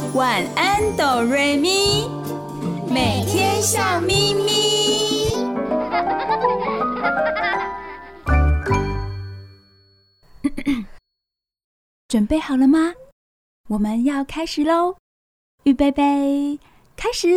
晚安哆瑞咪，每天笑眯眯。准备好了吗？我们要开始咯！预备备，开始！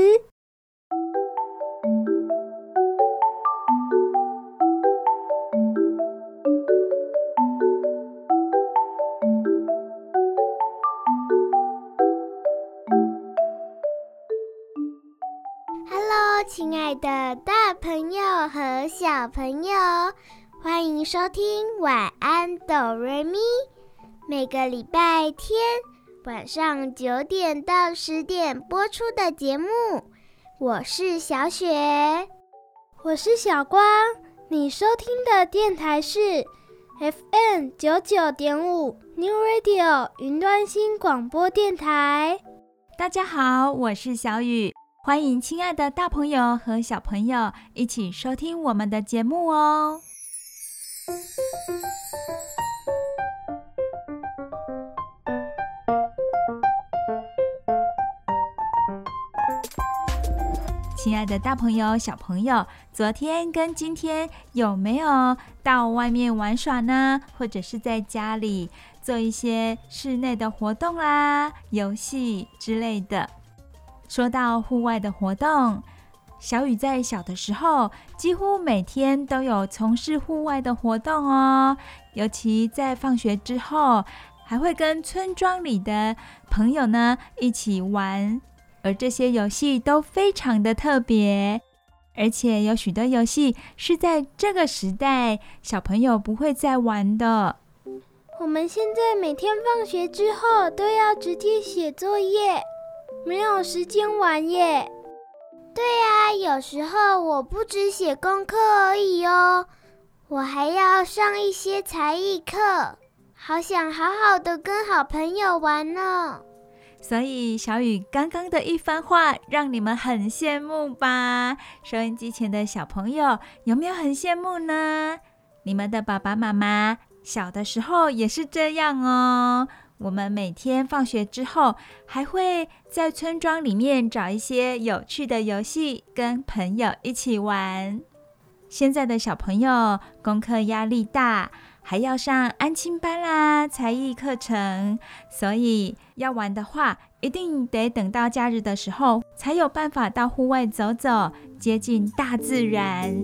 Hello， 亲爱的大朋友和小朋友，欢迎收听晚安哆瑞咪。每个礼拜天晚上9点到10点播出的节目。我是小雪， 我是小光。你收听的电台是 FM 99.5 New Radio 云端新广播电台。 大家好，我是小雨，欢迎亲爱的大朋友和小朋友一起收听我们的节目哦。亲爱的大朋友小朋友，昨天跟今天有没有到外面玩耍呢？或者是在家里做一些室内的活动啦、游戏之类的。说到户外的活动，小雨在小的时候几乎每天都有从事户外的活动哦，尤其在放学之后还会跟村庄里的朋友呢一起玩，而这些游戏都非常的特别，而且有许多游戏是在这个时代小朋友不会再玩的。 我们现在每天放学之后都要直接写作业，没有时间玩耶。 对啊，有时候我不只写功课而已哦，我还要上一些才艺课，好想好好的跟好朋友玩呢。 所以小雨刚刚的一番话让你们很羡慕吧？收音机前的小朋友有没有很羡慕呢？你们的爸爸妈妈小的时候也是这样哦。我们每天放学之后还会在村庄里面找一些有趣的游戏跟朋友一起玩。现在的小朋友功课压力大，还要上安亲班啦、才艺课程，所以要玩的话一定得等到假日的时候才有办法到户外走走，接近大自然。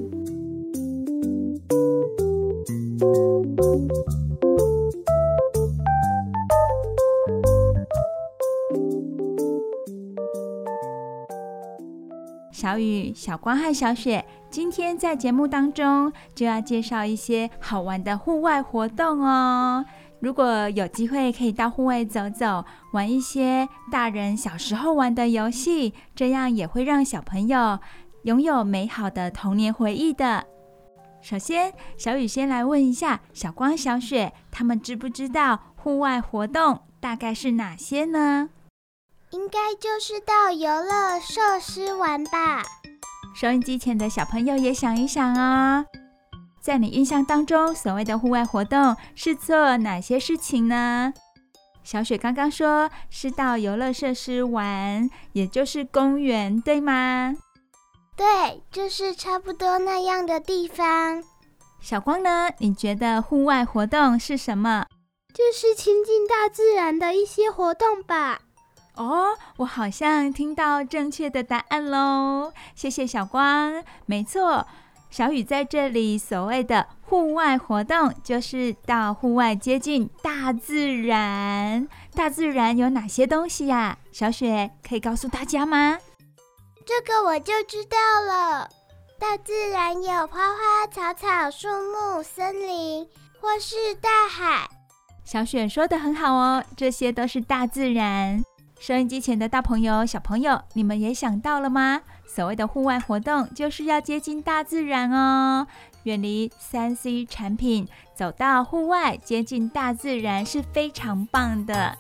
小雨、小光和小雪今天在节目当中就要介绍一些好玩的户外活动哦。如果有机会可以到户外走走，玩一些大人小时候玩的游戏，这样也会让小朋友拥有美好的童年回忆的。首先，小雨先来问一下小光、小雪，他们知不知道户外活动大概是哪些呢？ 应该就是到游乐设施玩吧。 收音机前的小朋友也想一想哦，在你印象当中，所谓的户外活动是做哪些事情呢？小雪刚刚说是到游乐设施玩，也就是公园，对吗？ 对，就是差不多那样的地方。 小光呢？你觉得户外活动是什么？ 就是亲近大自然的一些活动吧。 哦，我好像听到正确的答案咯，谢谢小光。没错，小雨在这里所谓的户外活动就是到户外接近大自然。大自然有哪些东西呀？小雪可以告诉大家吗？ 这个我就知道了，大自然有花花草草、树木、森林或是大海。 小雪说得很好哦，这些都是大自然。收音机前的大朋友、小朋友，你们也想到了吗？所谓的户外活动就是要接近大自然哦，远离 3C 产品，走到户外接近大自然是非常棒的。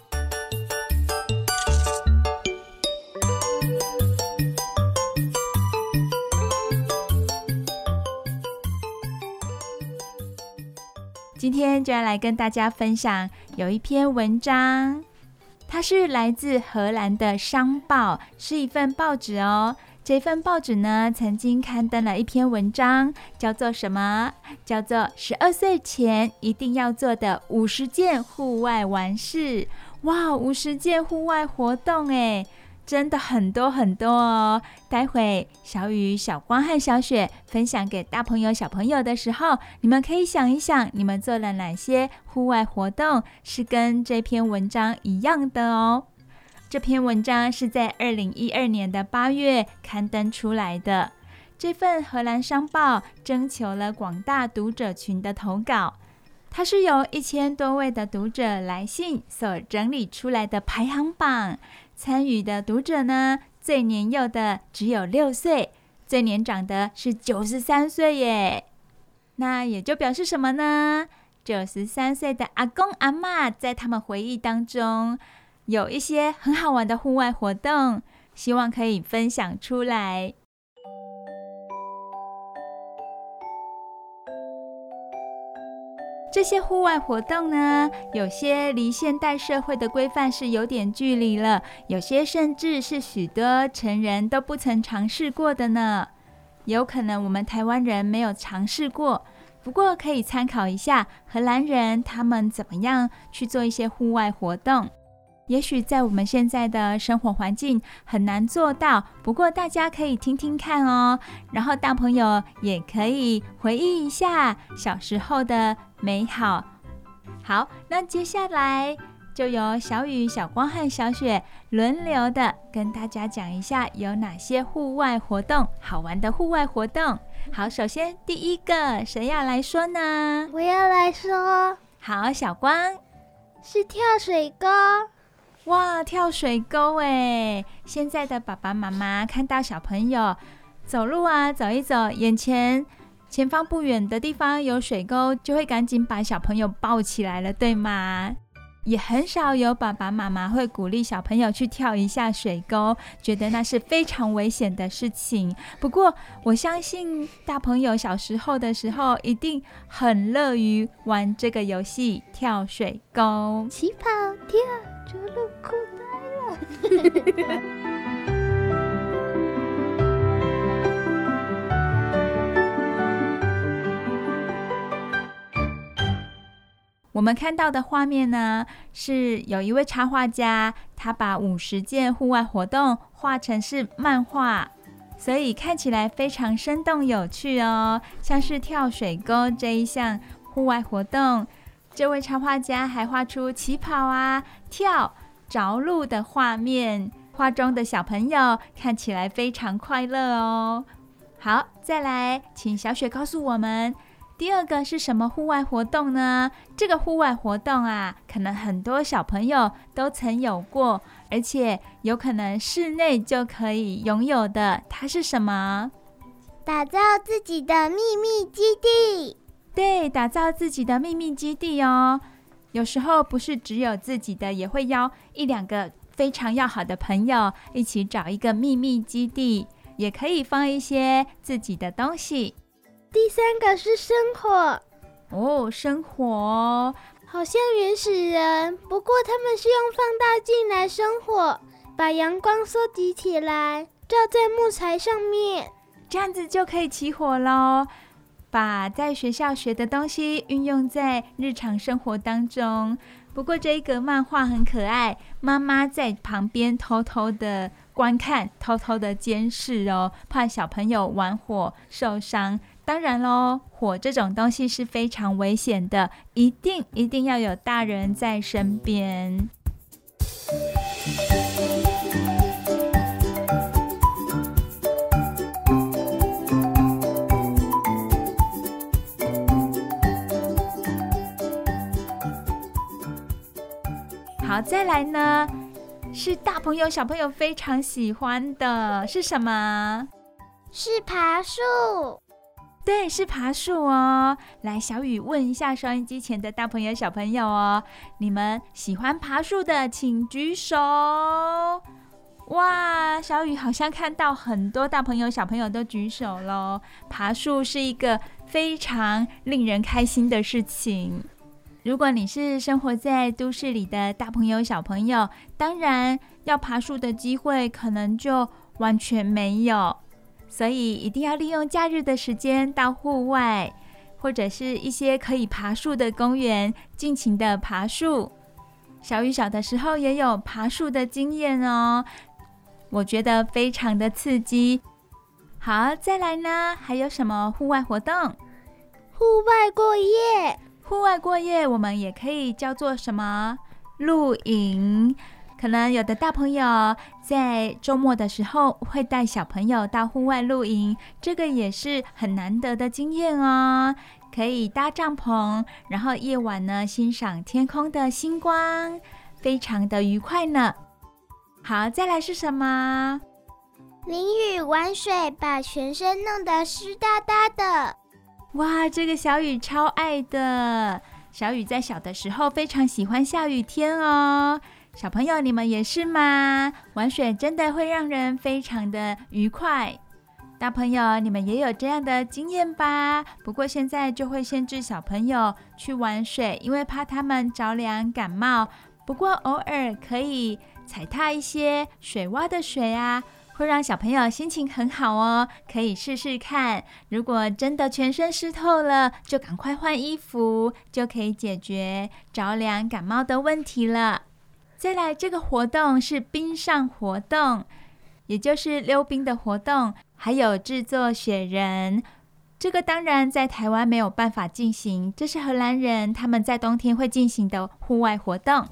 今天就要来跟大家分享有一篇文章，它它是来自荷兰的商报，是一份报纸哦。这份报纸呢，曾经刊登了一篇文章，叫做什么？叫做12岁前一定要做的50件户外玩事。哇，50件户外活动耶，真的很多很多哦。待会小雨、小光和小雪分享给大朋友小朋友的时候，你们可以想一想，你们做了哪些户外活动是跟这篇文章一样的哦。这篇文章是在2012年的8月刊登出来的。这份荷兰商报征求了广大读者群的投稿，它是由1000多位的读者来信所整理出来的排行榜。参与的读者呢，最年幼的只有6岁，最年长的是93岁耶。那也就表示什么呢？93岁的阿公阿嬷在他们回忆当中有一些很好玩的户外活动，希望可以分享出来。这些户外活动呢，有些离现代社会的规范是有点距离了，有些甚至是许多成人都不曾尝试过的呢。有可能我们台湾人没有尝试过，不过可以参考一下荷兰人他们怎么样去做一些户外活动。也许在我们现在的生活环境很难做到，不过大家可以听听看哦，然后大朋友也可以回忆一下小时候的美好。好，那接下来就由小雨、小光和小雪轮流的跟大家讲一下有哪些户外活动，好玩的户外活动。好，首先第一个谁要来说呢？ 我要来说。 好，小光。 是跳水沟。 哇，跳水沟耶！现在的爸爸妈妈看到小朋友走路啊，走一走，眼前方不远的地方有水沟，就会赶紧把小朋友抱起来了，对吗？也很少有爸爸妈妈会鼓励小朋友去跳一下水沟，觉得那是非常危险的事情。不过我相信大朋友小时候的时候一定很乐于玩这个游戏，跳水沟。 起跑跳出入裤袋了。 我们看到的画面呢，是有一位插画家，他把50件户外活动画成是漫画，所以看起来非常生动有趣哦。像是跳水沟这一项户外活动，这位插画家还画出起跑啊、跳、着陆的画面，画中的小朋友看起来非常快乐哦。好，再来，请小雪告诉我们，第二个是什么户外活动呢？这个户外活动啊，可能很多小朋友都曾有过，而且有可能室内就可以拥有的，它是什么？ 打造自己的秘密基地。 对，打造自己的秘密基地哦。有时候不是只有自己的，也会邀1-2个非常要好的朋友一起找一个秘密基地，也可以放一些自己的东西。 第3个是生火。 哦，生火好像原始人，不过他们是用放大镜来生火，把阳光收集起来，照在木材上面， 这样子就可以起火咯。把在学校学的东西运用在日常生活当中。不过这一个漫画很可爱，妈妈在旁边偷偷的观看，偷偷的监视哦，怕小朋友玩火受伤。当然咯，火这种东西是非常危险的，一定要有大人在身边。好，再来呢，是大朋友小朋友非常喜欢的，是什么？ 是爬树。 对，是爬树哦。来，小雨问一下收音机前的大朋友小朋友哦，你们喜欢爬树的请举手。哇，小雨好像看到很多大朋友小朋友都举手咯。爬树是一个非常令人开心的事情。 如果你是生活在都市里的大朋友小朋友，当然要爬树的机会可能就完全没有，所以一定要利用假日的时间到户外，或者是一些可以爬树的公园，尽情的爬树。小雨小的时候也有爬树的经验哦，我觉得非常的刺激。好，再来呢，还有什么户外活动？ 户外过夜。 户外过夜我们也可以叫做什么？露营。可能有的大朋友在周末的时候会带小朋友到户外露营，这个也是很难得的经验哦。可以搭帐篷，然后夜晚呢欣赏天空的星光，非常的愉快呢。好，再来是什么？ 淋雨玩水，把全身弄得湿哒哒的。 哇，这个小雨超爱的。小雨在小的时候非常喜欢下雨天哦。小朋友你们也是吗？玩水真的会让人非常的愉快。大朋友你们也有这样的经验吧？不过现在就会限制小朋友去玩水，因为怕他们着凉感冒。不过偶尔可以踩踏一些水洼的水啊，会让小朋友心情很好哦，可以试试看。如果真的全身湿透了，就赶快换衣服，就可以解决着凉感冒的问题了。再来，这个活动是冰上活动，也就是溜冰的活动，还有制作雪人。这个当然在台湾没有办法进行，这是荷兰人他们在冬天会进行的户外活动。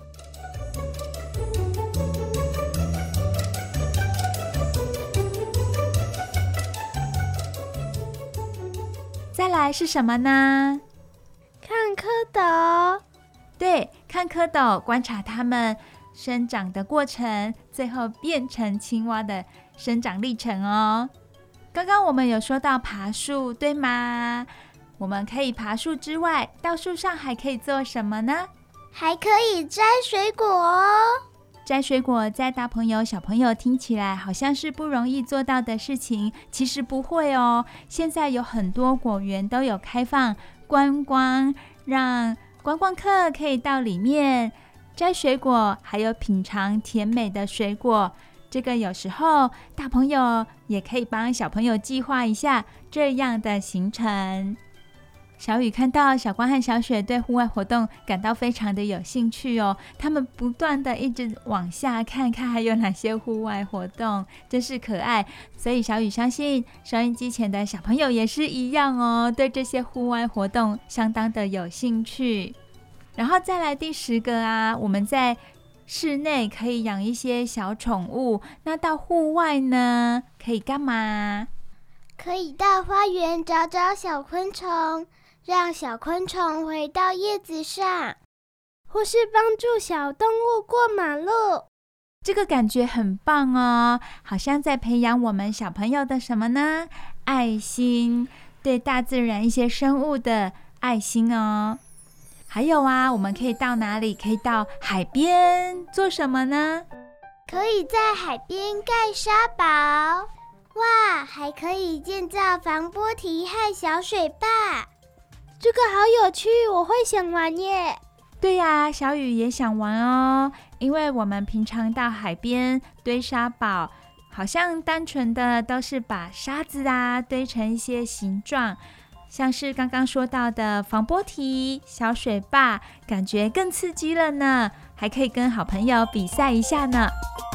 再来是什么呢？ 看蝌蚪。 对，看蝌蚪，观察它们生长的过程，最后变成青蛙的生长历程哦。刚刚我们有说到爬树，对吗？我们可以爬树之外，到树上还可以做什么呢？ 还可以摘水果哦。 摘水果在大朋友小朋友听起来好像是不容易做到的事情，其实不会哦。现在有很多果园都有开放观光，让观光客可以到里面摘水果，还有品尝甜美的水果。这个有时候大朋友也可以帮小朋友计划一下这样的行程。小雨看到小光和小雪对户外活动感到非常的有兴趣哦，他们不断的一直往下看看还有哪些户外活动，真是可爱。所以小雨相信收音机前的小朋友也是一样哦，对这些户外活动相当的有兴趣。然后再来第10个啊，我们在室内可以养一些小宠物，那到户外呢可以干嘛？ 可以到花园找找小昆虫，让小昆虫回到叶子上， 或是帮助小动物过马路。 这个感觉很棒哦，好像在培养我们小朋友的什么呢？爱心，对大自然一些生物的爱心哦。还有啊，我们可以到哪里？可以到海边做什么呢？ 可以在海边盖沙堡，哇，还可以建造防波堤和小水坝。 这个好有趣，我会想玩耶。 对呀，小雨也想玩哦，因为我们平常到海边堆沙堡，好像单纯的都是把沙子啊堆成一些形状，像是刚刚说到的防波堤、小水坝，感觉更刺激了呢，还可以跟好朋友比赛一下呢。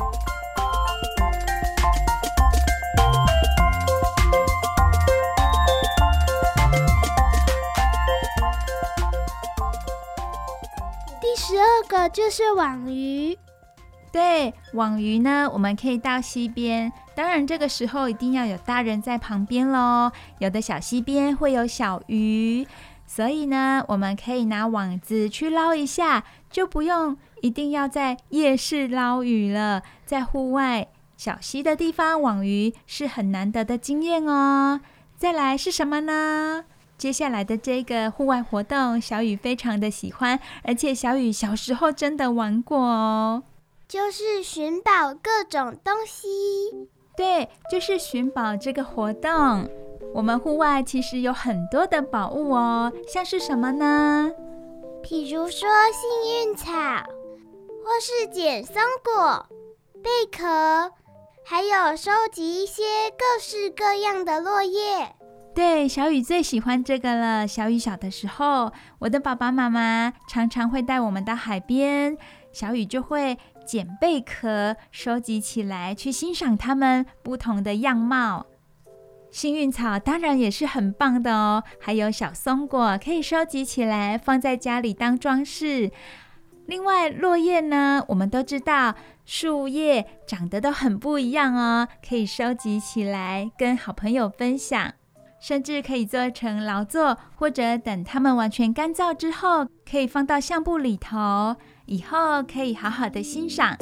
第12个就是网鱼。 对，网鱼呢，我们可以到溪边，当然这个时候一定要有大人在旁边咯，有的小溪边会有小鱼，所以呢，我们可以拿网子去捞一下，就不用一定要在夜市捞鱼了，在户外小溪的地方网鱼是很难得的经验哦。再来是什么呢？接下来的这个户外活动，小雨非常的喜欢，而且小雨小时候真的玩过哦。 就是寻宝各种东西。 对，就是寻宝这个活动。我们户外其实有很多的宝物哦，像是什么呢？ 譬如说幸运草，或是捡松果、贝壳，还有收集一些各式各样的落叶。 对，小雨最喜欢这个了。小雨小的时候，我的爸爸妈妈常常会带我们到海边，小雨就会捡贝壳，收集起来，去欣赏它们不同的样貌。幸运草当然也是很棒的哦，还有小松果可以收集起来，放在家里当装饰。另外，落叶呢，我们都知道树叶长得都很不一样哦，可以收集起来，跟好朋友分享。甚至可以做成劳作，或者等它们完全干燥之后，可以放到相簿里头，以后可以好好的欣赏。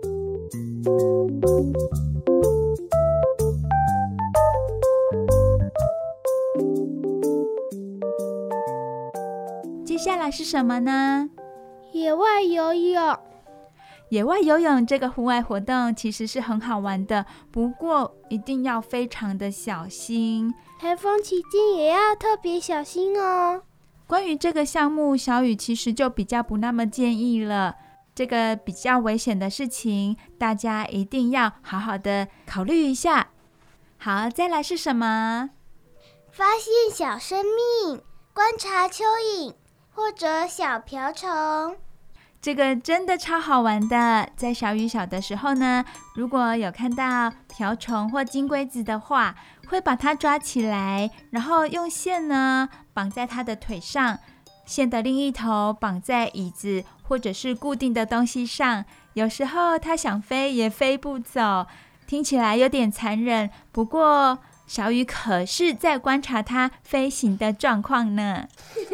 接下来是什么呢？ 野外游泳。 野外游泳这个户外活动其实是很好玩的，不过一定要非常的小心， 台风期间也要特别小心哦。 关于这个项目，小雨其实就比较不那么建议了。这个比较危险的事情，大家一定要好好的考虑一下。好，再来是什么？ 发现小生命，观察蚯蚓或者小瓢虫。 这个真的超好玩的，在小雨小的时候呢，如果有看到瓢虫或金龟子的话，会把它抓起来，然后用线呢绑在它的腿上，线的另一头绑在椅子或者是固定的东西上。有时候它想飞也飞不走，听起来有点残忍，不过小雨可是在观察它飞行的状况呢。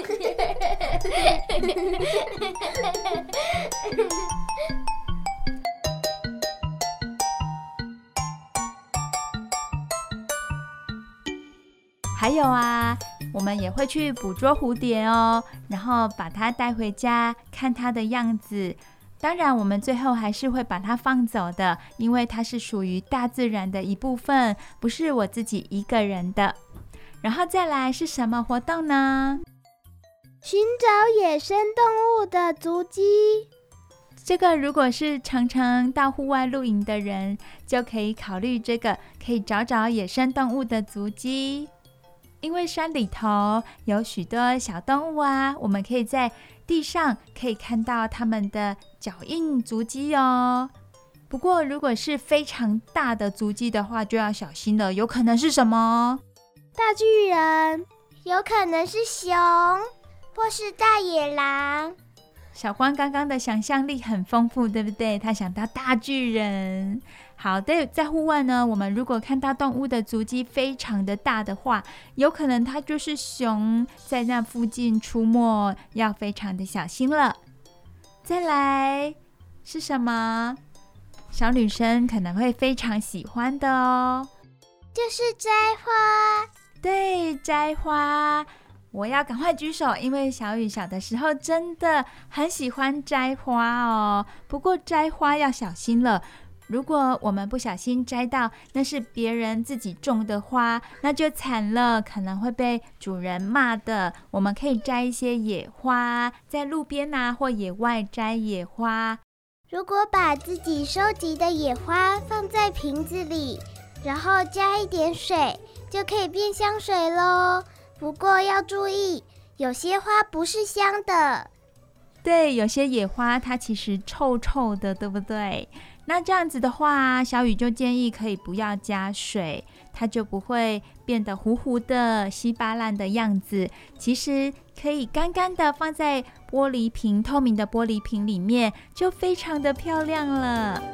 还有啊，我们也会去捕捉蝴蝶哦，然后把它带回家看它的样子。当然我们最后还是会把它放走的，因为它是属于大自然的一部分，不是我自己一个人的。然后再来是什么活动呢？ 寻找野生动物的足迹。 这个如果是常常到户外露营的人，就可以考虑这个，可以找找野生动物的足迹。因为山里头有许多小动物啊，我们可以在地上可以看到它们的脚印足迹哦。不过如果是非常大的足迹的话，就要小心了，有可能是什么？ 大巨人， 有可能是熊或是大野狼。 小光刚刚的想象力很丰富，对不对？他想到大巨人。好的，在户外呢，我们如果看到动物的足迹非常的大的话，有可能它就是熊在那附近出没，要非常的小心了。再来是什么？小女生可能会非常喜欢的哦， 就是摘花。 对，摘花。我要赶快举手，因为小雨小的时候真的很喜欢摘花哦。不过摘花要小心了，如果我们不小心摘到那是别人自己种的花，那就惨了，可能会被主人骂的。我们可以摘一些野花，在路边啊或野外摘野花。 如果把自己收集的野花放在瓶子里，然后加一点水，就可以变香水咯。不过要注意，有些花不是香的。 对，有些野花它其实臭臭的，对不对？那这样子的话，小雨就建议可以不要加水，它就不会变得糊糊的、稀巴烂的样子。其实可以干干的放在玻璃瓶，透明的玻璃瓶里面，就非常的漂亮了。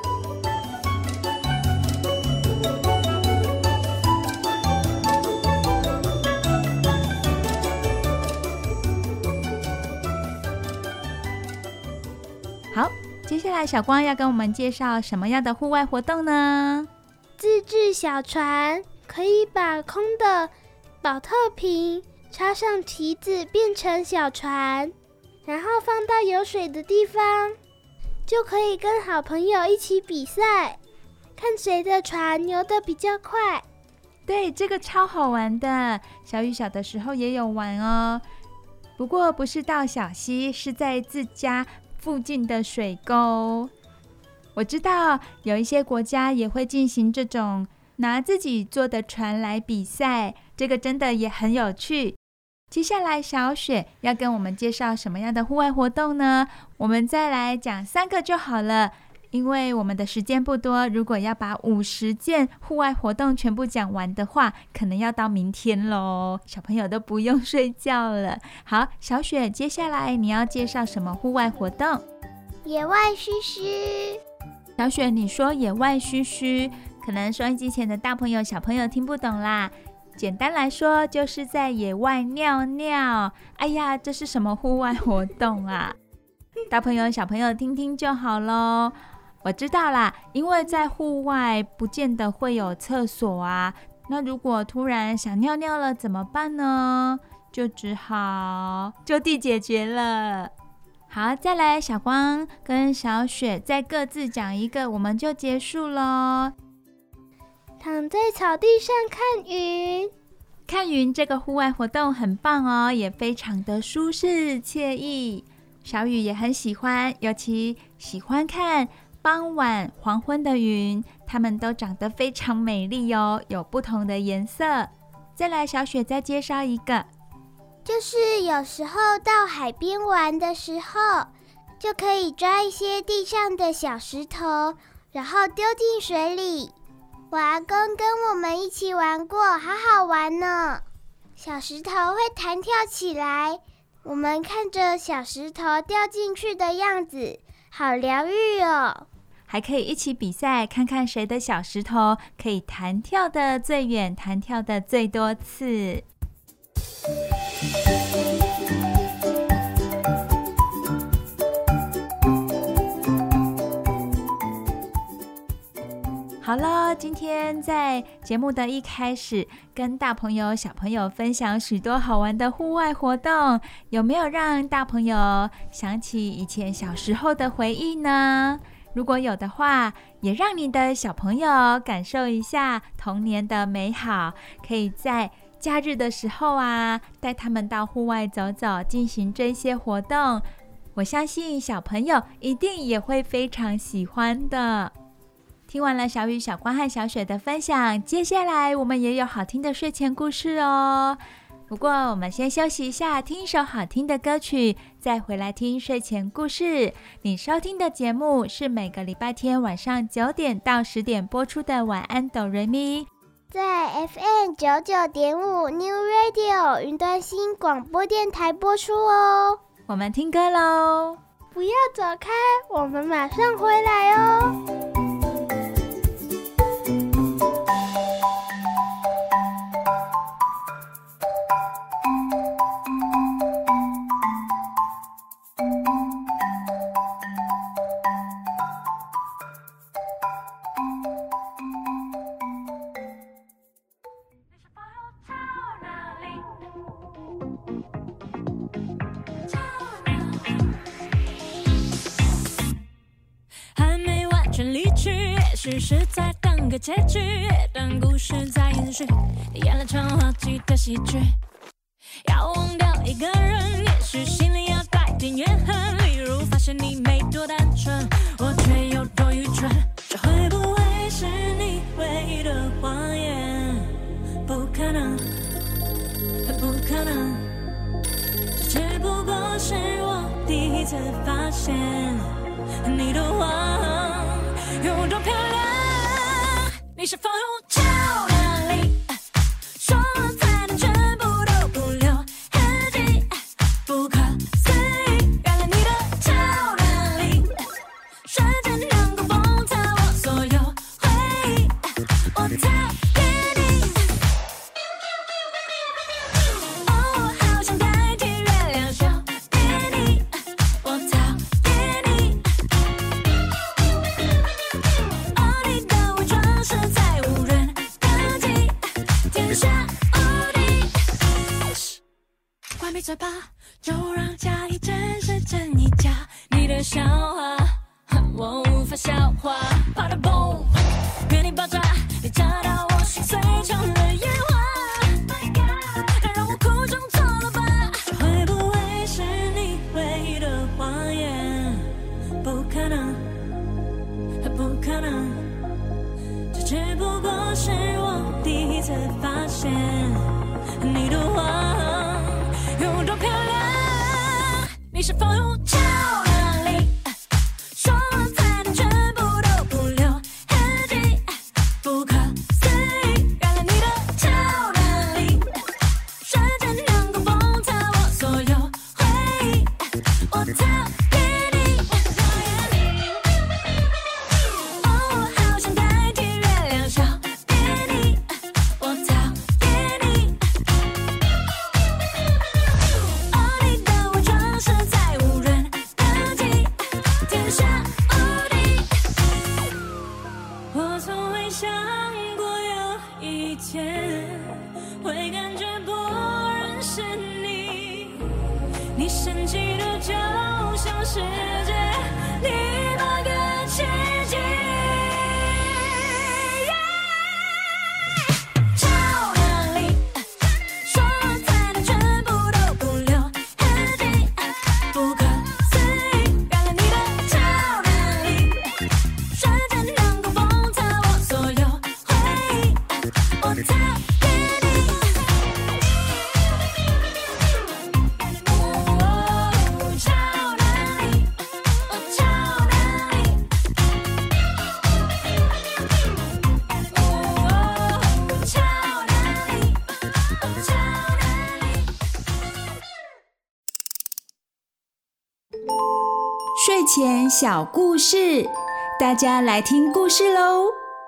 好，接下来小光要跟我们介绍什么样的户外活动呢？ 自制小船，可以把空的保特瓶插上旗子变成小船，然后放到有水的地方，就可以跟好朋友一起比赛，看谁的船游得比较快。 对，这个超好玩的，小雨小的时候也有玩哦。 不过不是到小溪，是在自家附近的水沟。我知道有一些国家也会进行这种拿自己做的船来比赛，这个真的也很有趣。接下来小雪要跟我们介绍什么样的户外活动呢？我们再来讲3个就好了，因为我们的时间不多，如果要把50件户外活动全部讲完的话，可能要到明天咯，小朋友都不用睡觉了。好，小雪，接下来你要介绍什么户外活动？ 野外嘘嘘。 小雪，你说野外嘘嘘，可能收音机前的大朋友小朋友听不懂啦。简单来说，就是在野外尿尿。哎呀，这是什么户外活动啊？大朋友小朋友听听就好咯。我知道啦，因为在户外不见得会有厕所啊，那如果突然想尿尿了怎么办呢？就只好就地解决了。好，再来小光跟小雪再各自讲一个，我们就结束咯。 躺在草地上看云。 看云这个户外活动很棒哦，也非常的舒适惬意。小雨也很喜欢，尤其喜欢看傍晚黄昏的云，它们都长得非常美丽哦，有不同的颜色。再来小雪再介绍一个， 就是有时候到海边玩的时候，就可以抓一些地上的小石头，然后丢进水里。我阿公跟我们一起玩过，好好玩呢。小石头会弹跳起来，我们看着小石头掉进去的样子，好疗愈哦。 还可以一起比赛，看看谁的小石头可以弹跳的最远，弹跳的最多次。好了，今天在节目的一开始，跟大朋友小朋友分享许多好玩的户外活动，有没有让大朋友想起以前小时候的回忆呢？如果有的话，也让你的小朋友感受一下童年的美好，可以在假日的时候啊，带他们到户外走走，进行这些活动。我相信小朋友一定也会非常喜欢的。听完了小雨、小光和小雪的分享，接下来我们也有好听的睡前故事哦。不过我们先休息一下，听一首好听的歌曲，再回来听睡前故事。你收听的节目是每个礼拜天晚上9点到10点播出的晚安哆瑞咪， 在 FM 99.5 New Radio 云端新广播电台播出哦。 我们听歌咯， 不要走开，我们马上回来哦。 是在等个结局，但故事在延续，演了场滑稽的喜剧。要忘掉一个人，也许心里要带点怨恨，例如发现你没多单纯，我却有多愚蠢。这会不会是你唯一的谎言？不可能，不可能，这只不过是我第一次发现你的谎有多漂亮。你是否有照哪里说才能全部都不留痕迹，不可思议，原来你的照哪里瞬间能够封藏我所有回忆，我才给你哦，好想代替月亮笑给你，我讨厌你哦，你的伪装实在无人能及，天下无敌。关闭嘴巴，就让假意真实真一假，你的笑话我无法消化，怕的 boom 原地爆炸，你炸到我心碎成了烟花，那让我哭中错了吧？这会不会才发现你的谎有多漂亮。你是否有超能力，说才能全部都不留痕迹，不可思议。原来你的超能力瞬间能够封藏我所有回忆，我讨厌你。哦，我好想代替月亮笑别你，我讨厌你。哦，你的伪装实在无人能及，天下无敌。我从未想过有一天会感觉不认识你，你神奇的就像世界第8个奇迹。超能力，说才能全部都不留痕迹，不可思议。原来你的超能力瞬间能够封藏我所有回忆，我讨厌你。超能力，超能力，超能力，超能力。 睡前小故事，大家来听故事喽。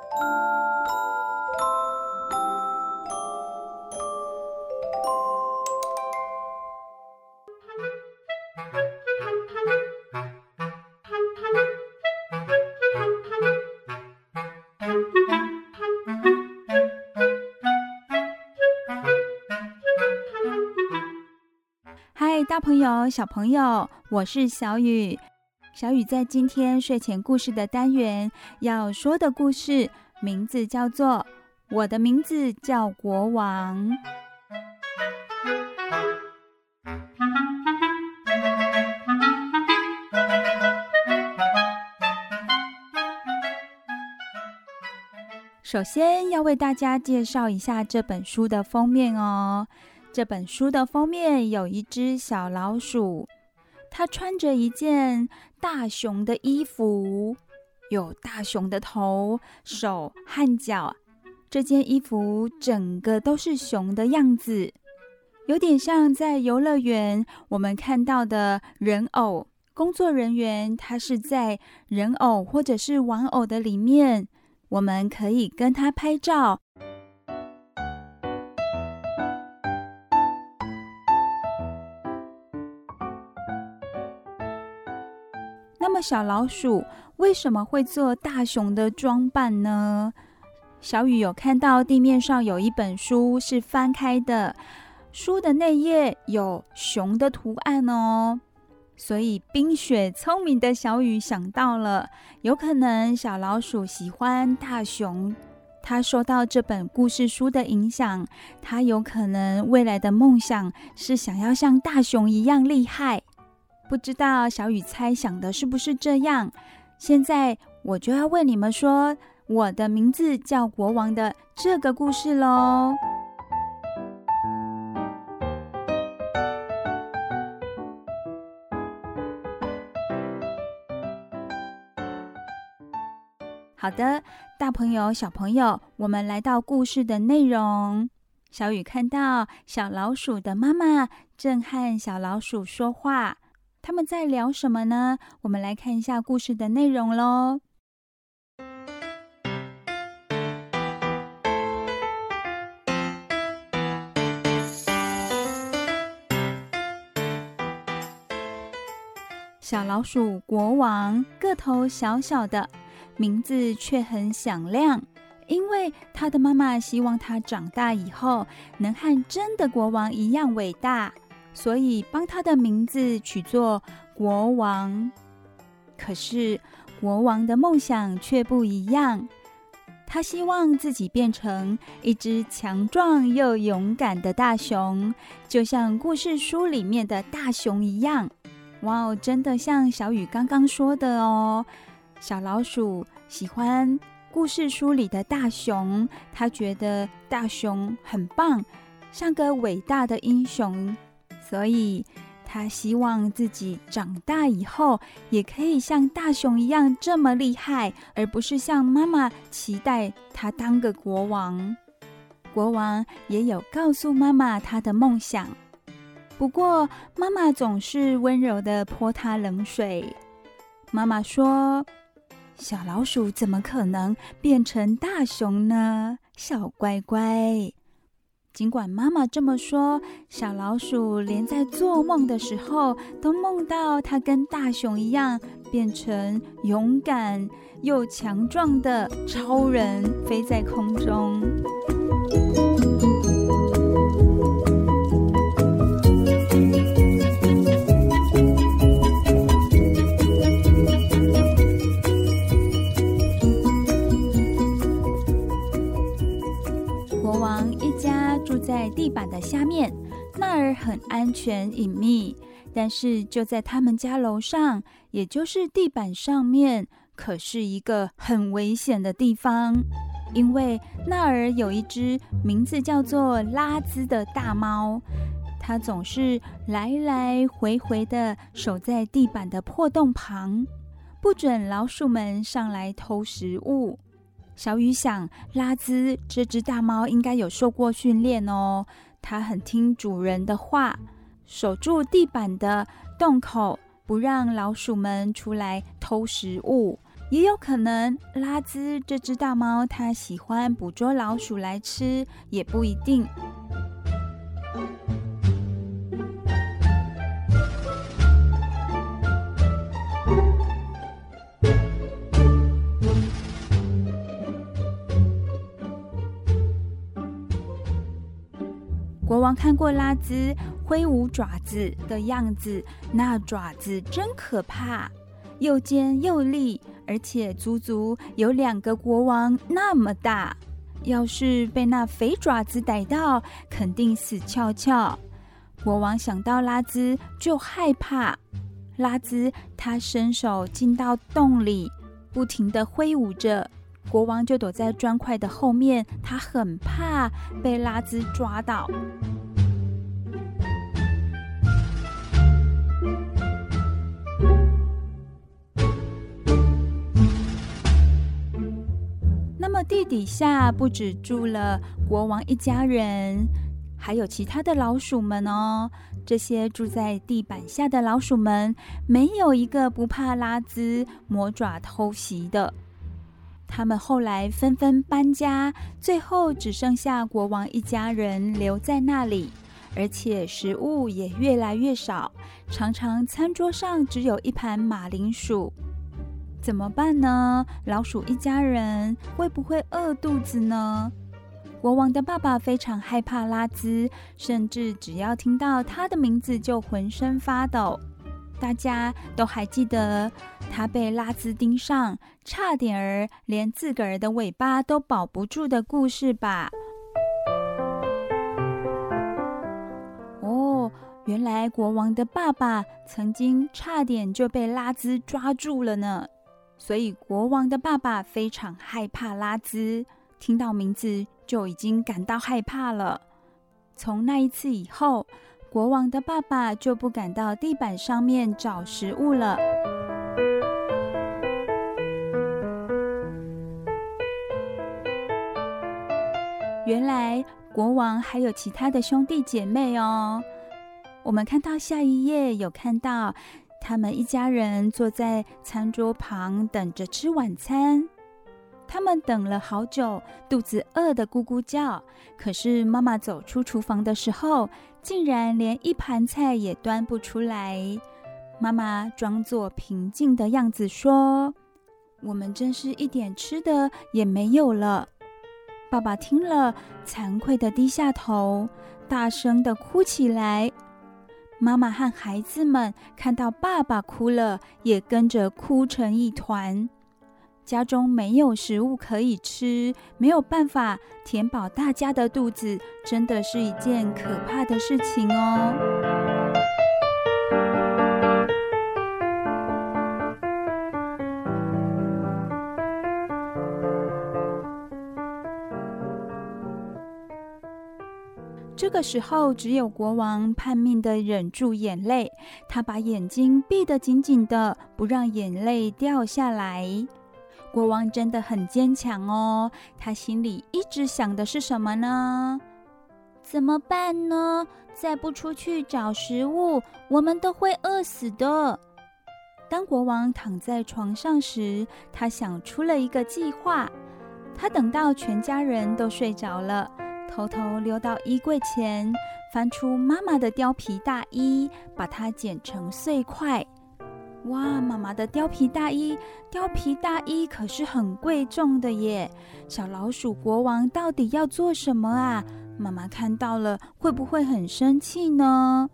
嗨，大朋友、小朋友，我是小雨。小雨在今天睡前故事的单元要说的故事，名字叫做《我的名字叫国王》。首先要为大家介绍一下这本书的封面哦。这本书的封面有一只小老鼠，它穿着一件大熊的衣服，有大熊的头、手和脚。这件衣服整个都是熊的样子，有点像在游乐园我们看到的人偶。工作人员他是在人偶或者是玩偶的里面，我们可以跟他拍照。那么小老鼠为什么会做大熊的装扮呢？小雨有看到地面上有一本书是翻开的，书的内页有熊的图案哦。所以冰雪聪明的小雨想到了，有可能小老鼠喜欢大熊，他受到这本故事书的影响，他有可能未来的梦想是想要像大熊一样厉害。不知道小雨猜想的是不是这样？现在我就要为你们说我的名字叫国王的这个故事咯。好的，大朋友小朋友，我们来到故事的内容。小雨看到小老鼠的妈妈正和小老鼠说话，他们在聊什么呢？我们来看一下故事的内容咯。小老鼠国王个头小小的，名字却很响亮，因为他的妈妈希望他长大以后能和真的国王一样伟大，所以帮他的名字取作国王。可是国王的梦想却不一样，他希望自己变成一只强壮又勇敢的大熊，就像故事书里面的大熊一样。哇哦，真的像小雨刚刚说的哦，小老鼠喜欢故事书里的大熊，他觉得大熊很棒，像个伟大的英雄，所以他希望自己长大以后也可以像大熊一样这么厉害，而不是像妈妈期待他当个国王。国王也有告诉妈妈他的梦想，不过妈妈总是温柔地泼他冷水。妈妈说，小老鼠怎么可能变成大熊呢？小乖乖。尽管妈妈这么说，小老鼠连在做梦的时候都梦到它跟大熊一样，变成勇敢又强壮的超人，飞在空中。国王一家住在地板的下面，那儿很安全隐秘，但是就在他们家楼上，也就是地板上面，可是一个很危险的地方，因为那儿有一只名字叫做拉兹的大猫，它总是来来回回的守在地板的破洞旁，不准老鼠们上来偷食物。小雨想，拉兹这只大猫应该有受过训练哦，它很听主人的话，守住地板的洞口，不让老鼠们出来偷食物。也有可能拉兹这只大猫它喜欢捕捉老鼠来吃，也不一定。国王看过拉兹挥舞爪子的样子，那爪子真可怕，又尖又利，而且足足有2个国王那么大。要是被那肥爪子逮到，肯定死翘翘。国王想到拉兹就害怕。拉兹他伸手进到洞里，不停地挥舞着。国王就躲在砖块的后面，他很怕被拉兹抓到。那么地底下不只住了国王一家人，还有其他的老鼠们哦。这些住在地板下的老鼠们，没有一个不怕拉兹魔爪偷袭的。他们后来纷纷搬家，最后只剩下国王一家人留在那里，而且食物也越来越少，常常餐桌上只有一盘马铃薯。怎么办呢？老鼠一家人会不会饿肚子呢？国王的爸爸非常害怕拉兹，甚至只要听到他的名字就浑身发抖。大家都还记得他被拉兹盯上，差点儿连自个儿的尾巴都保不住的故事吧？哦，原来国王的爸爸曾经差点就被拉兹抓住了呢。所以国王的爸爸非常害怕拉兹，听到名字就已经感到害怕了。从那一次以后，国王的爸爸就不敢到地板上面找食物了。原来国王还有其他的兄弟姐妹哦。我们看到下一页有看到他们一家人坐在餐桌旁等着吃晚餐。他们等了好久，肚子饿得咕咕叫。可是妈妈走出厨房的时候，竟然连一盘菜也端不出来。妈妈装作平静的样子说：“我们真是一点吃的也没有了。”爸爸听了，惭愧地低下头，大声地哭起来。妈妈和孩子们看到爸爸哭了，也跟着哭成一团。家中没有食物可以吃，没有办法填饱大家的肚子，真的是一件可怕的事情哦。 这个时候，只有国王拼命地忍住眼泪，他把眼睛闭得紧紧的，不让眼泪掉下来。国王真的很坚强哦，他心里一直想的是什么呢？怎么办呢？再不出去找食物，我们都会饿死的。当国王躺在床上时，他想出了一个计划。他等到全家人都睡着了，偷偷溜到衣柜前，翻出妈妈的貂皮大衣，把它剪成碎块。哇，妈妈的貂皮大衣可是很贵重的耶！小老鼠国王到底要做什么啊？妈妈看到了会不会很生气呢？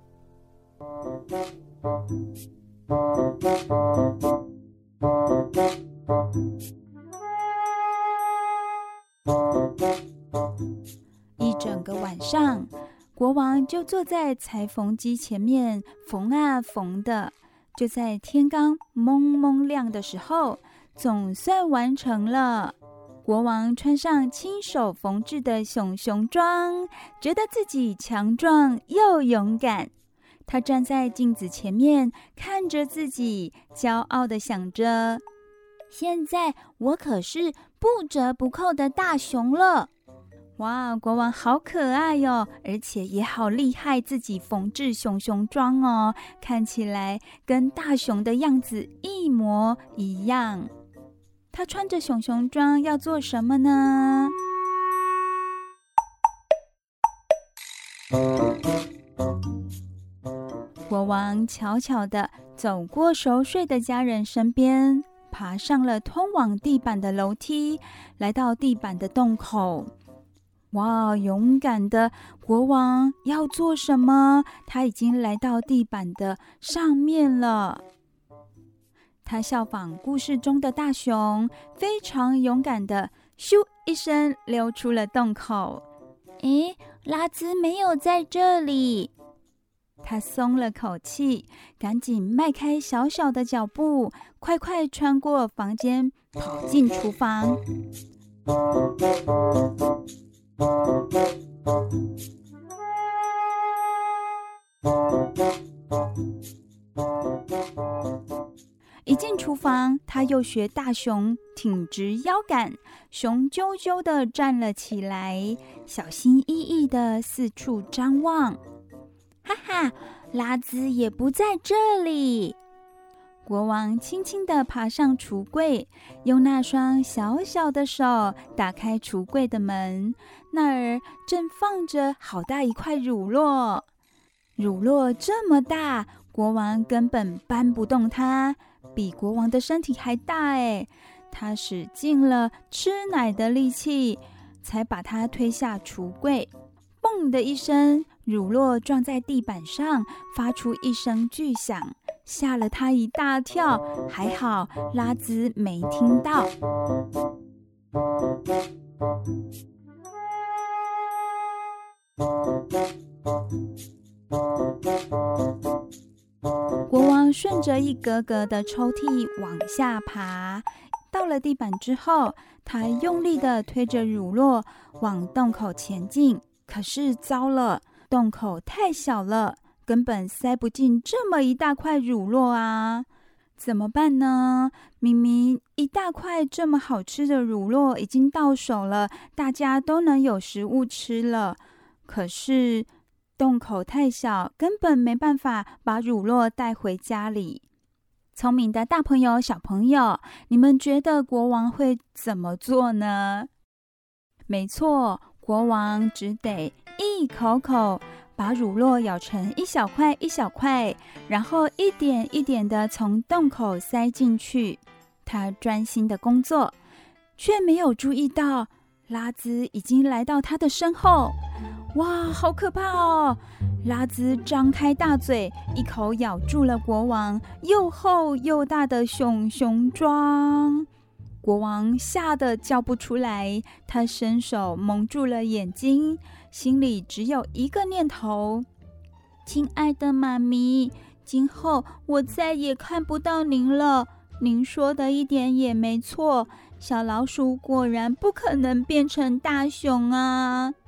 一整个晚上，国王就坐在裁缝机前面缝啊缝的。就在天刚蒙蒙亮的时候，总算完成了。国王穿上亲手缝制的熊熊装，觉得自己强壮又勇敢。他站在镜子前面，看着自己，骄傲地想着：现在我可是不折不扣的大熊了。哇，国王好可爱哟，而且也好厉害，自己缝制熊熊装哦，看起来跟大熊的样子一模一样。他穿着熊熊装要做什么呢？国王悄悄地走过熟睡的家人身边，爬上了通往地板的楼梯，来到地板的洞口。哇，勇敢的国王要做什么？他已经来到地板的上面了。他效仿故事中的大熊，非常勇敢的咻一声溜出了洞口。诶，拉兹没有在这里。他松了口气，赶紧迈开小小的脚步，快快穿过房间，跑进厨房。一进厨房，他又学大熊挺直腰杆，雄赳赳地站了起来，小心翼翼地四处张望。哈哈，拉兹也不在这里。国王轻轻地爬上橱柜，用那双小小的手打开橱柜的门，那儿正放着好大一块乳酪。乳酪这么大，国王根本搬不动它，比国王的身体还大哎！他使尽了吃奶的力气，才把它推下橱柜。嘣的一声，乳酪撞在地板上，发出一声巨响，吓了他一大跳。还好拉兹没听到。国王顺着一格格的抽屉往下爬，到了地板之后，他用力地推着乳酪往洞口前进。可是糟了，洞口太小了，根本塞不进这么一大块乳酪啊！怎么办呢？明明一大块这么好吃的乳酪已经到手了，大家都能有食物吃了。可是洞口太小，根本没办法把乳酪带回家里。聪明的大朋友、小朋友，你们觉得国王会怎么做呢？没错，国王只得一口口把乳酪咬成一小块一小块，然后一点一点地从洞口塞进去。他专心的工作，却没有注意到拉兹已经来到他的身后。哇，好可怕哦！拉兹张开大嘴，一口咬住了国王又厚又大的熊熊装。国王吓得叫不出来，他伸手蒙住了眼睛，心里只有一个念头：亲爱的妈咪，今后我再也看不到您了。您说的一点也没错，小老鼠果然不可能变成大熊啊！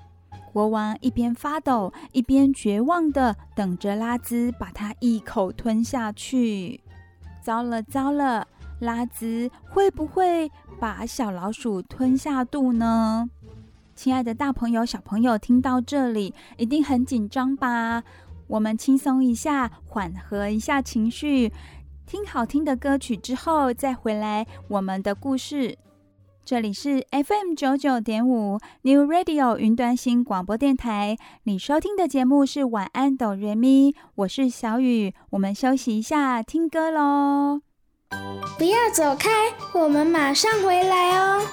国王一边发抖，一边绝望地等着拉兹把它一口吞下去。糟了糟了，拉兹会不会把小老鼠吞下肚呢？亲爱的大朋友小朋友，听到这里一定很紧张吧？我们轻松一下，缓和一下情绪，听好听的歌曲之后再回来我们的故事。这里是 FM99.5 New Radio 云端新广播电台，你收听的节目是晚安哆瑞咪，我是小雨，我们休息一下听歌咯。 不要走开，我们马上回来哦。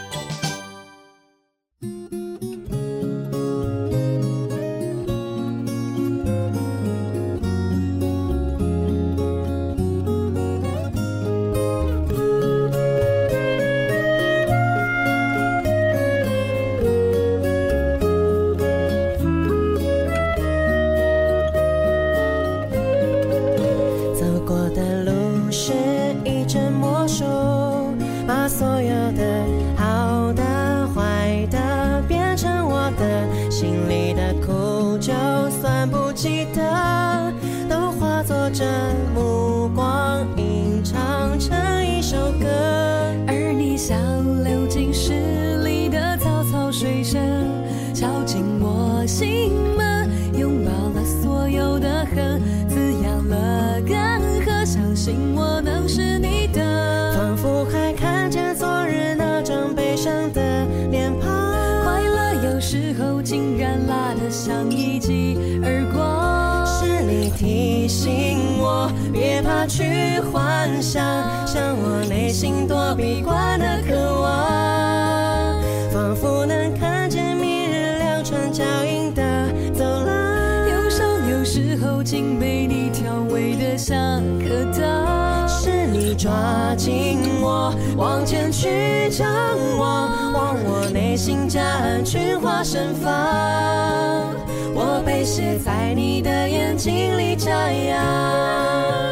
都化作这目光，吟唱成一首歌。 而你像流进诗里的草草水声，敲进我心门，拥抱了所有的恨，滋养了干涸，相信我能是你的。 仿佛还看见昨日那张悲伤的脸庞， 快乐有时候竟然辣得像一记耳光。 你提醒我别怕去幻想，像我内心多闭关的渴望，仿佛能看见明日两串脚印的走廊。 忧伤有时候竟被你调味得像可当， 是你抓紧我往前去张望，望我内心夹岸群花盛放，我被写在你的眼睛里眨样。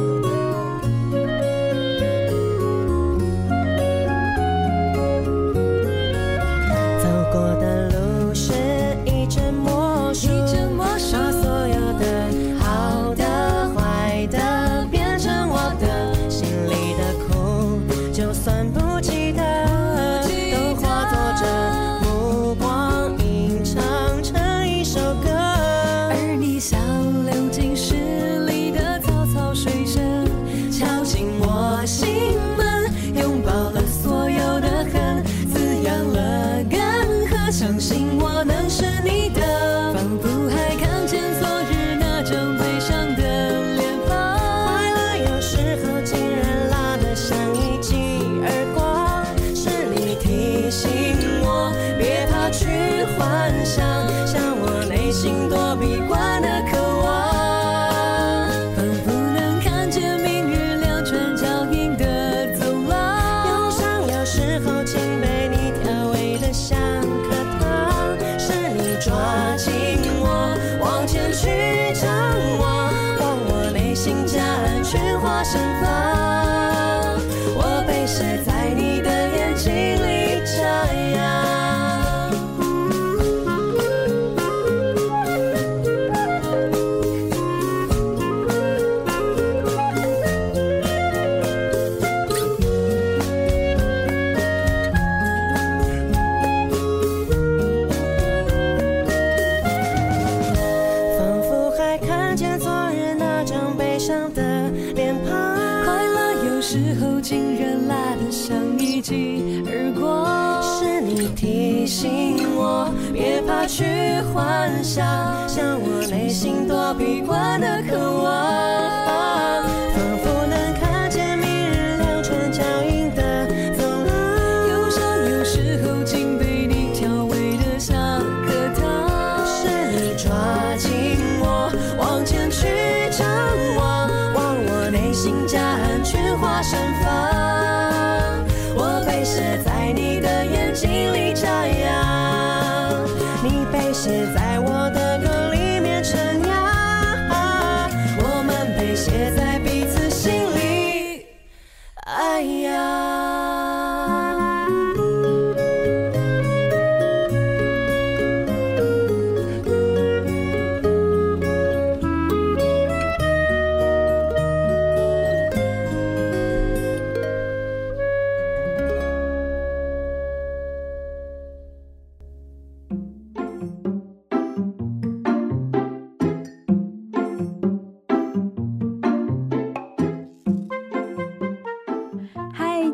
走过的路是一阵魔术，把所有的好的坏的变成我的，心里的苦就算不记得，都化作这目光，吟唱成一首歌。 而你像流进诗里的草草水声，敲进我心门，拥抱了所有的恨，滋养了干涸，相信我能是你的。仿佛还看见昨日那张悲伤的脸庞， 快乐有时候竟然辣得像一记耳光，是你提醒我别怕去幻想，像我内心多闭关的渴望， 仿佛能看见明日两串脚印的走廊。 忧伤有时候竟被你调味得像可糖，是你抓紧我往前去张望，望我内心夹岸群花盛放，我被写在你的眼睛里眨样。仿佛还看见昨日那张悲伤的脸庞， 快乐有时候竟然辣得像一记耳光， 是你提醒我别怕去幻想，像我内心多闭关的渴望，仿佛能看见明日两串脚印的走廊。 忧伤有时候竟被你调味得像可糖， 是你抓紧我往前去张望，望我内心夹岸群花盛放，我被写在你的眼睛里眨样，你被写在我的歌里面成样，我们被写在彼此心里，哎呀。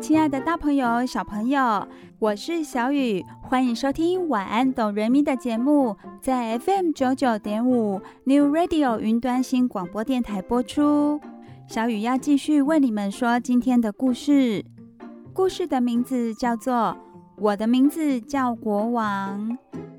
亲爱的大朋友小朋友，我是小雨，欢迎收听晚安哆瑞咪的节目，在 FM 99.5 New Radio 云端新广播电台播出。小雨要继续为你们说今天的故事，故事的名字叫做我的名字叫国王。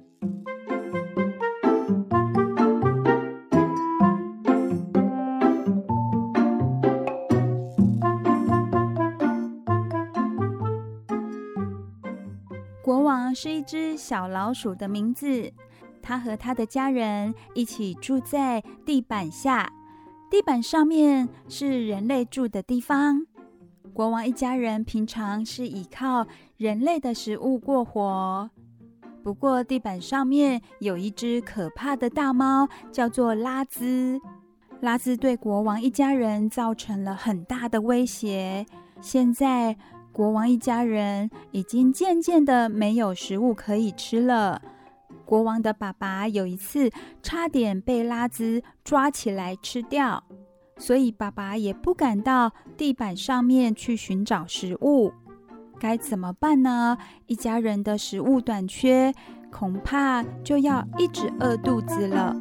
国王是一只小老鼠的名字，他和他的家人一起住在地板下，地板上面是人类住的地方。国王一家人平常是依靠人类的食物过活，不过地板上面有一只可怕的大猫，叫做拉兹。拉兹对国王一家人造成了很大的威胁，现在国王一家人已经渐渐的没有食物可以吃了。国王的爸爸有一次差点被拉兹抓起来吃掉，所以爸爸也不敢到地板上面去寻找食物。该怎么办呢？一家人的食物短缺，恐怕就要一直饿肚子了。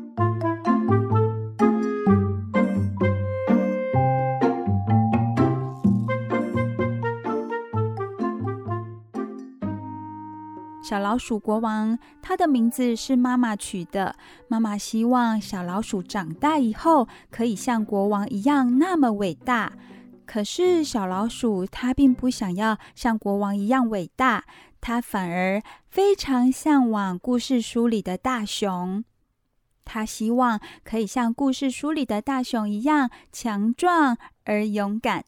小老鼠国王，他的名字是妈妈取的。妈妈希望小老鼠长大以后可以像国王一样那么伟大。可是小老鼠它并不想要像国王一样伟大，它反而非常向往故事书里的大熊。它希望可以像故事书里的大熊一样强壮而勇敢。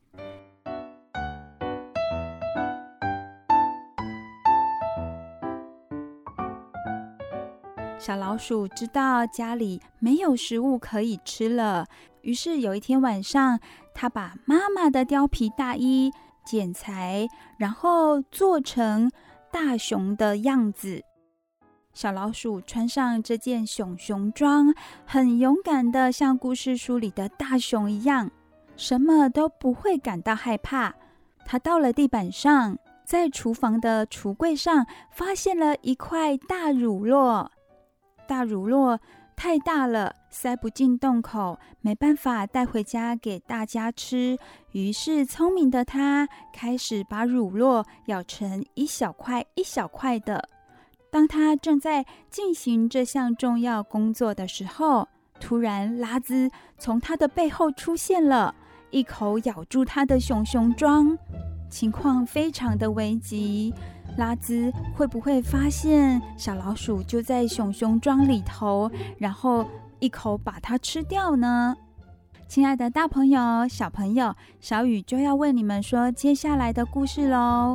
小老鼠知道家里没有食物可以吃了，于是有一天晚上，它把妈妈的貂皮大衣剪裁，然后做成大熊的样子。小老鼠穿上这件熊熊装，很勇敢的像故事书里的大熊一样，什么都不会感到害怕。它到了地板上，在厨房的橱柜上发现了一块大乳酪。大乳酪太大了，塞不进洞口，没办法带回家给大家吃。于是聪明的他开始把乳酪咬成一小块一小块的。当他正在进行这项重要工作的时候，突然拉兹从他的背后出现了，一口咬住他的熊熊装。情况非常的危急，拉兹会不会发现小老鼠就在熊熊装里头，然后一口把它吃掉呢？亲爱的大朋友小朋友，小雨就要为你们说接下来的故事咯。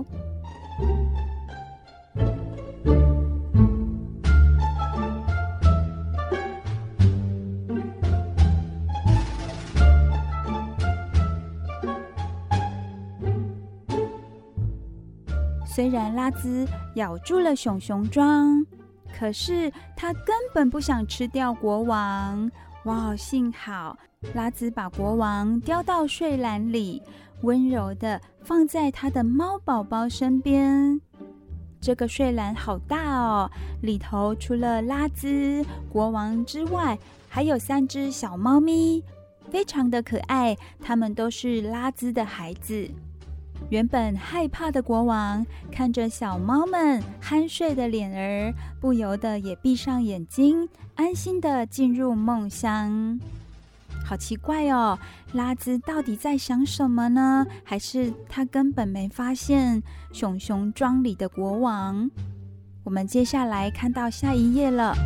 虽然拉兹咬住了熊熊装，可是他根本不想吃掉国王。哇，幸好拉兹把国王叼到睡篮里，温柔地放在他的猫宝宝身边。这个睡篮好大哦，里头除了拉兹、国王之外，还有3只小猫咪，非常的可爱，它们都是拉兹的孩子。原本害怕的国王看着小猫们酣睡的脸儿，不由得也闭上眼睛，安心的进入梦乡。好奇怪哦，拉兹到底在想什么呢？还是他根本没发现熊熊装里的国王？我们接下来看到下一页了。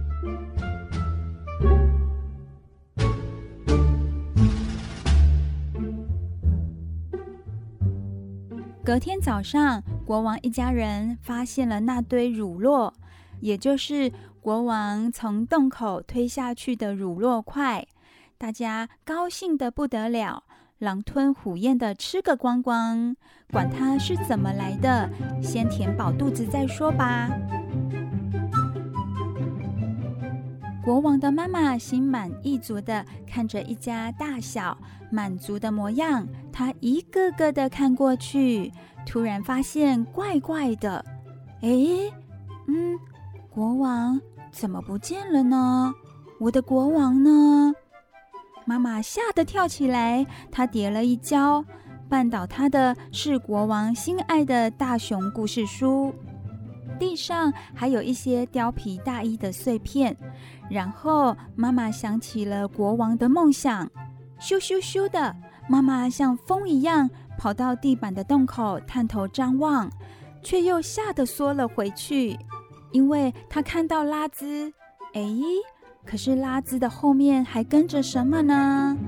隔天早上，国王一家人发现了那堆乳酪，也就是国王从洞口推下去的乳酪块。大家高兴得不得了，狼吞虎咽的吃个光光，管它是怎么来的，先填饱肚子再说吧。 国王的妈妈心满意足地看着一家大小，满足的模样。她一个个的看过去，突然发现怪怪的。诶，国王怎么不见了呢？我的国王呢？妈妈吓得跳起来，她跌了一跤，绊倒她的是国王心爱的大熊故事书，地上还有一些貂皮大衣的碎片。然后妈妈想起了国王的梦想，咻咻咻的，妈妈像风一样跑到地板的洞口探头张望，却又吓得缩了回去，因为她看到拉兹。诶，可是拉兹的后面还跟着什么呢？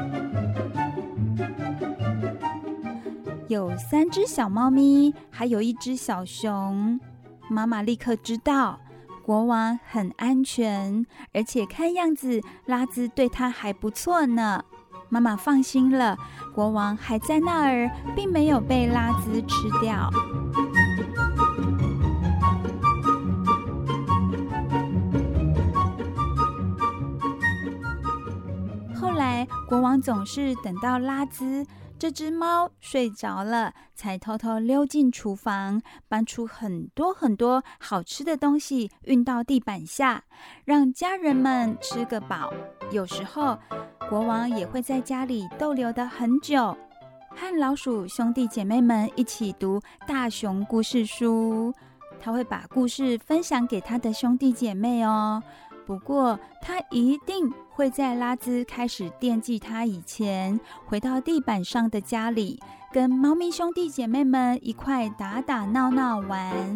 有3只小猫咪，还有1只小熊。妈妈立刻知道国王很安全，而且看样子拉兹对他还不错呢。妈妈放心了，国王还在那儿，并没有被拉兹吃掉。后来国王总是等到拉兹这只猫睡着了，才偷偷溜进厨房，搬出很多很多好吃的东西运到地板下，让家人们吃个饱。有时候国王也会在家里逗留得很久，和老鼠兄弟姐妹们一起读大熊故事书。他会把故事分享给他的兄弟姐妹哦。不过他一定会在拉兹开始惦记他以前回到地板上的家里，跟猫咪兄弟姐妹们一块打打闹闹玩。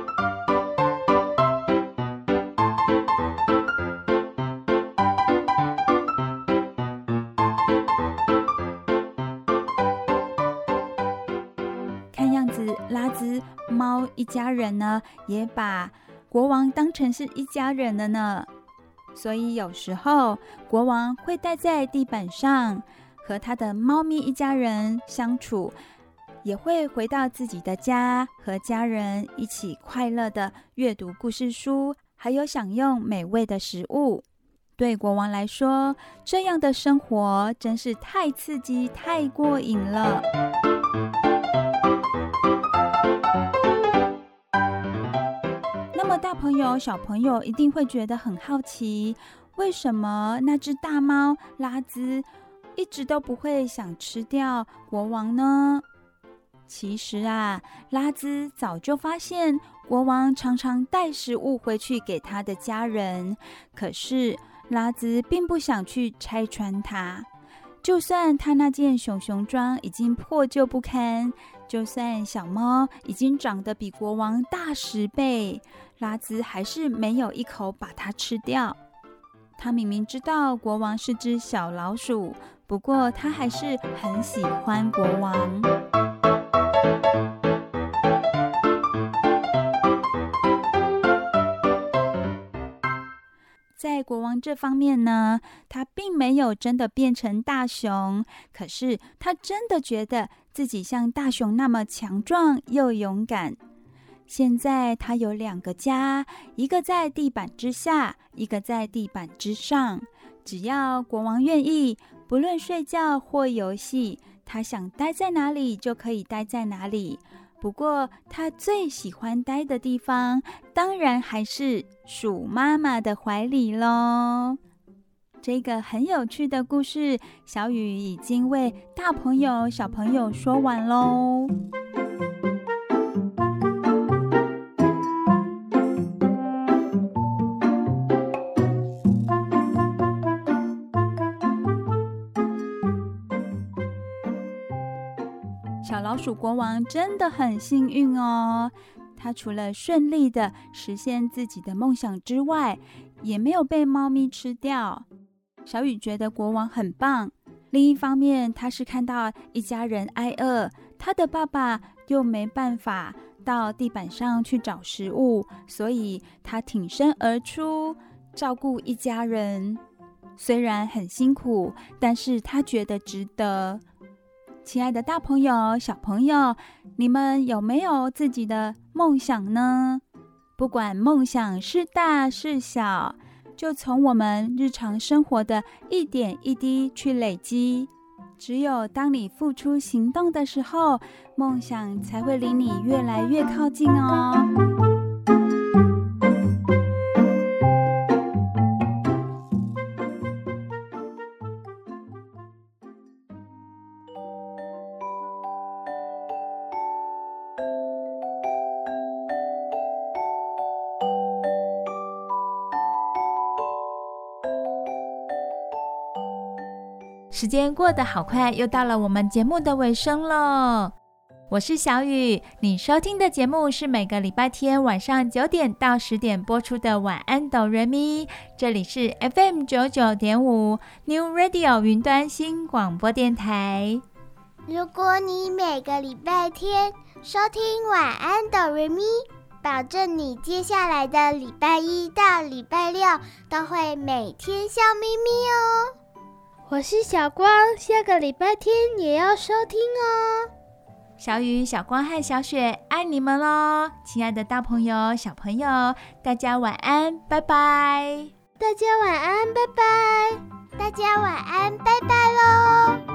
看样子拉兹猫一家人呢，也把国王当成是一家人了呢。所以有时候国王会待在地板上和他的猫咪一家人相处，也会回到自己的家和家人一起快乐的阅读故事书，还有享用美味的食物。对国王来说，这样的生活真是太刺激太过瘾了。大朋友小朋友一定会觉得很好奇，为什么那只大猫拉兹一直都不会想吃掉国王呢？其实啊，拉兹早就发现国王常常带食物回去给他的家人，可是拉兹并不想去拆穿它。就算他那件熊熊装已经破旧不堪，就算小猫已经长得比国王大10倍，拉兹还是没有一口把它吃掉。他明明知道国王是只小老鼠，不过他还是很喜欢国王。在国王这方面呢，他并没有真的变成大熊，可是他真的觉得自己像大熊那么强壮又勇敢。现在他有2个家，一个在地板之下，一个在地板之上。只要国王愿意，不论睡觉或游戏，他想待在哪里就可以待在哪里。不过他最喜欢待的地方，当然还是鼠妈妈的怀里咯。这个很有趣的故事，小雨已经为大朋友小朋友说完咯。小老鼠国王真的很幸运哦，他除了顺利的实现自己的梦想之外，也没有被猫咪吃掉。小雨觉得国王很棒，另一方面他是看到一家人挨饿，他的爸爸又没办法到地板上去找食物，所以他挺身而出照顾一家人。虽然很辛苦，但是他觉得值得。亲爱的大朋友小朋友，你们有没有自己的梦想呢？不管梦想是大是小， 就从我们日常生活的一点一滴去累积。只有当你付出行动的时候，梦想才会离你越来越靠近哦。时间过得好快，又到了我们节目的尾声了。我是小雨，你收听的节目是每个礼拜天晚上9点到10点播出的晚安哆瑞咪，这里是 FM 99.5 New Radio 云端新广播电台。 如果你每个礼拜天收听晚安哆瑞咪，保证你接下来的礼拜一到礼拜六都会每天笑眯眯哦。 我是小光，下个礼拜天也要收听哦。 小雨、小光和小雪爱你们咯，亲爱的大朋友、小朋友，大家晚安，拜拜。 大家晚安，拜拜。 大家晚安，拜拜咯。